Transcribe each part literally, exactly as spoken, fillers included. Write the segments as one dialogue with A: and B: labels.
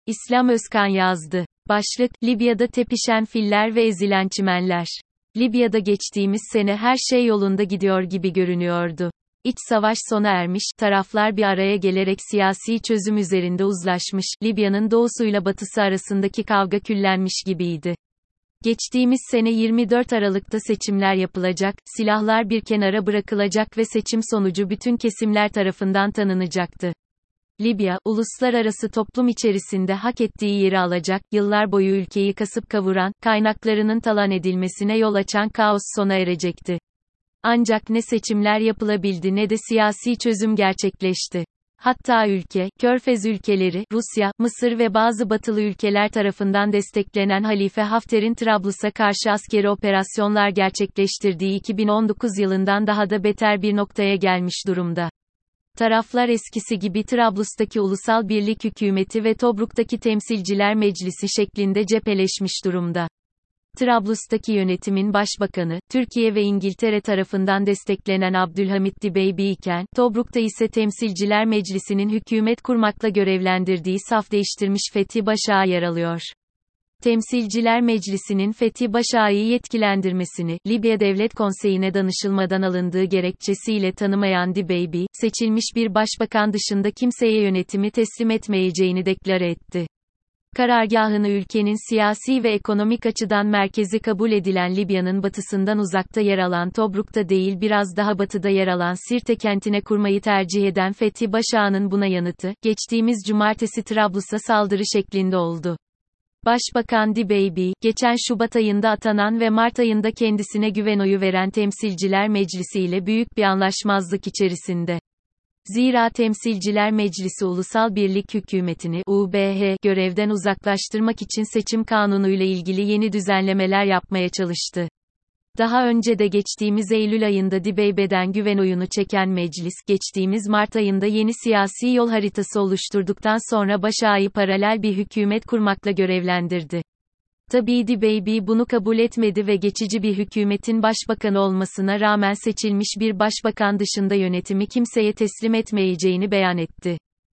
A: İslam Özkan yazdı. Başlık, Libya'da tepişen filler ve ezilen çimenler. Libya'da geçtiğimiz sene her şey yolunda gidiyor gibi görünüyordu. İç savaş sona ermiş, taraflar bir araya gelerek siyasi çözüm üzerinde uzlaşmış, Libya'nın doğusuyla batısı arasındaki kavga küllenmiş gibiydi. Geçtiğimiz sene yirmi dört Aralık'ta seçimler yapılacak, silahlar bir kenara bırakılacak ve seçim sonucu bütün kesimler tarafından tanınacaktı. Libya, uluslararası toplum içerisinde hak ettiği yeri alacak, yıllar boyu ülkeyi kasıp kavuran, kaynaklarının talan edilmesine yol açan kaos sona erecekti. Ancak ne seçimler yapılabildi ne de siyasi çözüm gerçekleşti. Hatta ülke, Körfez ülkeleri, Rusya, Mısır ve bazı batılı ülkeler tarafından desteklenen Halife Hafter'in Trablus'a karşı askeri operasyonlar gerçekleştirdiği iki bin on dokuz yılından daha da beter bir noktaya gelmiş durumda. Taraflar eskisi gibi Trablus'taki Ulusal Birlik Hükümeti ve Tobruk'taki Temsilciler Meclisi şeklinde cepheleşmiş durumda. Trablus'taki yönetimin başbakanı, Türkiye ve İngiltere tarafından desteklenen Abdülhamit Dibeybi iken, Tobruk'ta ise Temsilciler Meclisi'nin hükümet kurmakla görevlendirdiği saf değiştirmiş Fethi Başak'ı yer alıyor. Temsilciler Meclisi'nin Fethi Başak'ı yetkilendirmesini, Libya Devlet Konseyi'ne danışılmadan alındığı gerekçesiyle tanımayan Dibeybi, seçilmiş bir başbakan dışında kimseye yönetimi teslim etmeyeceğini deklare etti. Karargahını ülkenin siyasi ve ekonomik açıdan merkezi kabul edilen Libya'nın batısından uzakta yer alan Tobruk'ta değil biraz daha batıda yer alan Sirte kentine kurmayı tercih eden Fethi Başak'ın buna yanıtı, geçtiğimiz cumartesi Trablus'a saldırı şeklinde oldu. Başbakan Dibeybi, geçen Şubat ayında atanan ve Mart ayında kendisine güven oyu veren Temsilciler Meclisi ile büyük bir anlaşmazlık içerisinde. Zira Temsilciler Meclisi Ulusal Birlik Hükümetini U B H görevden uzaklaştırmak için seçim kanunuyla ilgili yeni düzenlemeler yapmaya çalıştı. Daha önce de geçtiğimiz Eylül ayında Dibeybe'den güven oyunu çeken meclis, geçtiğimiz Mart ayında yeni siyasi yol haritası oluşturduktan sonra Başak'ı paralel bir hükümet kurmakla görevlendirdi. Tabii Dibeybi bunu kabul etmedi ve geçici bir hükümetin başbakanı olmasına rağmen seçilmiş bir başbakan dışında yönetimi kimseye teslim etmeyeceğini beyan etti.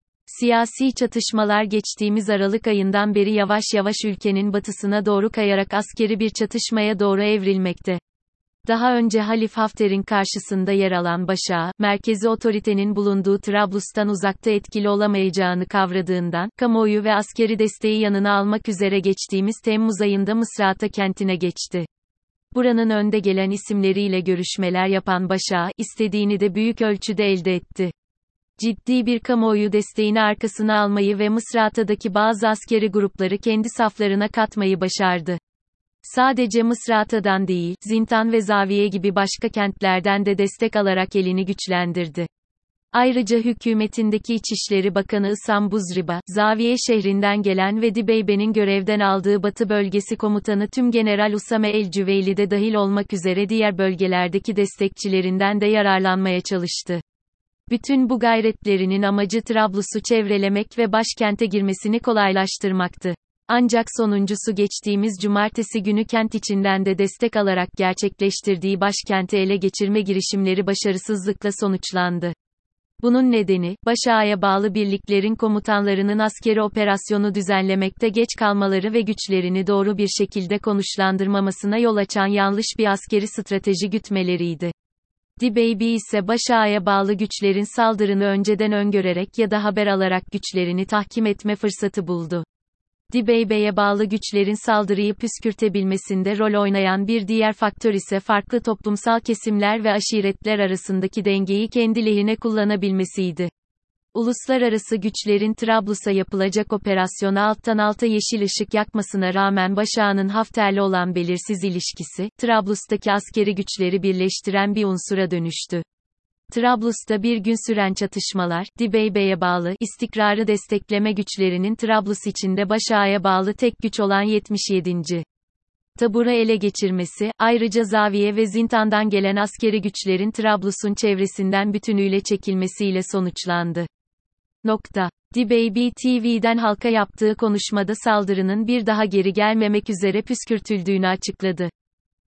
A: Siyasi çatışmalar geçtiğimiz Aralık ayından beri yavaş yavaş ülkenin batısına doğru kayarak askeri bir çatışmaya doğru evrilmekte. Daha önce Halife Hafter'in karşısında yer alan Başak, merkezi otoritenin bulunduğu Trablus'tan uzakta etkili olamayacağını kavradığından, kamuoyu ve askeri desteği yanına almak üzere geçtiğimiz Temmuz ayında Mısrata kentine geçti. Buranın önde gelen isimleriyle görüşmeler yapan Başak, istediğini de büyük ölçüde elde etti. Ciddi bir kamuoyu desteğini arkasına almayı ve Mısrata'daki bazı askeri grupları kendi saflarına katmayı başardı. Sadece Mısrata'dan değil, Zintan ve Zaviye gibi başka kentlerden de destek alarak elini güçlendirdi. Ayrıca hükümetindeki İçişleri Bakanı Ihsan Buzriba, Zaviye şehrinden gelen ve Dibeybe'nin görevden aldığı Batı Bölgesi Komutanı Tümgeneral Usame El-Cüveyli de dahil olmak üzere diğer bölgelerdeki destekçilerinden de yararlanmaya çalıştı. Bütün bu gayretlerinin amacı Trablus'u çevrelemek ve başkente girmesini kolaylaştırmaktı. Ancak sonuncusu geçtiğimiz cumartesi günü kent içinden de destek alarak gerçekleştirdiği başkenti ele geçirme girişimleri başarısızlıkla sonuçlandı. Bunun nedeni, Başak'a bağlı birliklerin komutanlarının askeri operasyonu düzenlemekte geç kalmaları ve güçlerini doğru bir şekilde konuşlandırmamasına yol açan yanlış bir askeri strateji gütmeleriydi. Dibeybi ise Başak'a bağlı güçlerin saldırını önceden öngörerek ya da haber alarak güçlerini tahkim etme fırsatı buldu. Dibeybe'ye bağlı güçlerin saldırıyı püskürtebilmesinde rol oynayan bir diğer faktör ise farklı toplumsal kesimler ve aşiretler arasındaki dengeyi kendi lehine kullanabilmesiydi. Uluslararası güçlerin Trablus'a yapılacak operasyona alttan alta yeşil ışık yakmasına rağmen Başak'ın Hafter'le olan belirsiz ilişkisi, Trablus'taki askeri güçleri birleştiren bir unsura dönüştü. Trablus'ta bir gün süren çatışmalar, Dibeybe'ye bağlı, istikrarı destekleme güçlerinin Trablus içinde Başak'a bağlı tek güç olan yetmiş yedinci taburu ele geçirmesi, ayrıca Zaviye ve Zintan'dan gelen askeri güçlerin Trablus'un çevresinden bütünüyle çekilmesiyle sonuçlandı. Nokta. Dibeybi T V'den halka yaptığı konuşmada saldırının bir daha geri gelmemek üzere püskürtüldüğünü açıkladı.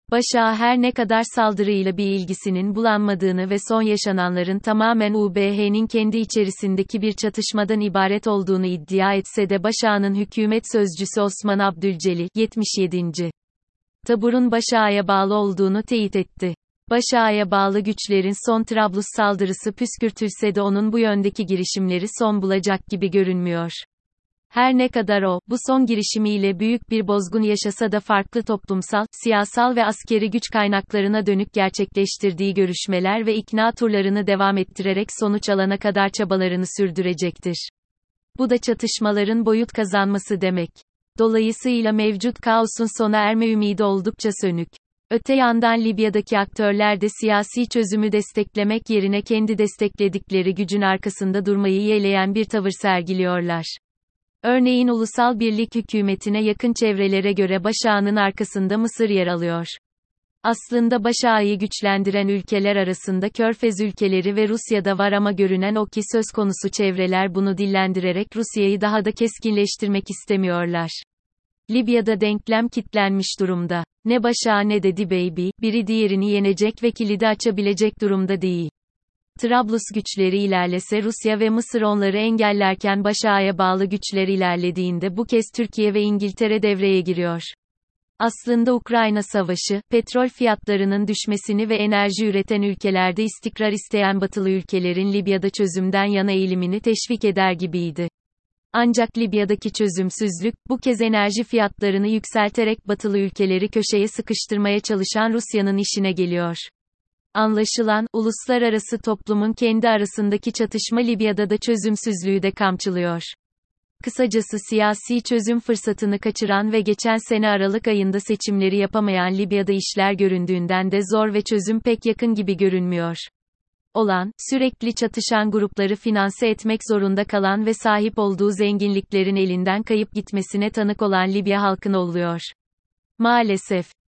A: Başak'a her ne kadar saldırıyla bir ilgisinin bulanmadığını ve son yaşananların tamamen U B H'nin kendi içerisindeki bir çatışmadan ibaret olduğunu iddia etse de Başak'ın hükümet sözcüsü Osman Abdülcelil, yetmiş yedinci taburun Başak'a bağlı olduğunu teyit etti. Başak'a bağlı güçlerin son Trablus saldırısı püskürtülse de onun bu yöndeki girişimleri son bulacak gibi görünmüyor. Her ne kadar o, bu son girişimiyle büyük bir bozgun yaşasa da farklı toplumsal, siyasal ve askeri güç kaynaklarına dönük gerçekleştirdiği görüşmeler ve ikna turlarını devam ettirerek sonuç alana kadar çabalarını sürdürecektir. Bu da çatışmaların boyut kazanması demek. Dolayısıyla mevcut kaosun sona erme ümidi oldukça sönük. Öte yandan Libya'daki aktörler de siyasi çözümü desteklemek yerine kendi destekledikleri gücün arkasında durmayı yeğleyen bir tavır sergiliyorlar. Örneğin Ulusal Birlik Hükümeti'ne yakın çevrelere göre Başak'ın arkasında Mısır yer alıyor. Aslında Başak'ı güçlendiren ülkeler arasında Körfez ülkeleri ve Rusya'da var ama görünen o ki söz konusu çevreler bunu dillendirerek Rusya'yı daha da keskinleştirmek istemiyorlar. Libya'da denklem kitlenmiş durumda. Ne Başak ne de Dibeybi, biri diğerini yenecek ve kilidi açabilecek durumda değil. Trablus güçleri ilerlese Rusya ve Mısır onları engellerken Başak'a bağlı güçler ilerlediğinde bu kez Türkiye ve İngiltere devreye giriyor. Aslında Ukrayna Savaşı, petrol fiyatlarının düşmesini ve enerji üreten ülkelerde istikrar isteyen batılı ülkelerin Libya'da çözümden yana eğilimini teşvik eder gibiydi. Ancak Libya'daki çözümsüzlük, bu kez enerji fiyatlarını yükselterek batılı ülkeleri köşeye sıkıştırmaya çalışan Rusya'nın işine geliyor. Anlaşılan, uluslararası toplumun kendi arasındaki çatışma Libya'da da çözümsüzlüğü de kamçılıyor. Kısacası siyasi çözüm fırsatını kaçıran ve geçen sene Aralık ayında seçimleri yapamayan Libya'da işler göründüğünden de zor ve çözüm pek yakın gibi görünmüyor. Olan, sürekli çatışan grupları finanse etmek zorunda kalan ve sahip olduğu zenginliklerin elinden kayıp gitmesine tanık olan Libya halkına oluyor. Maalesef.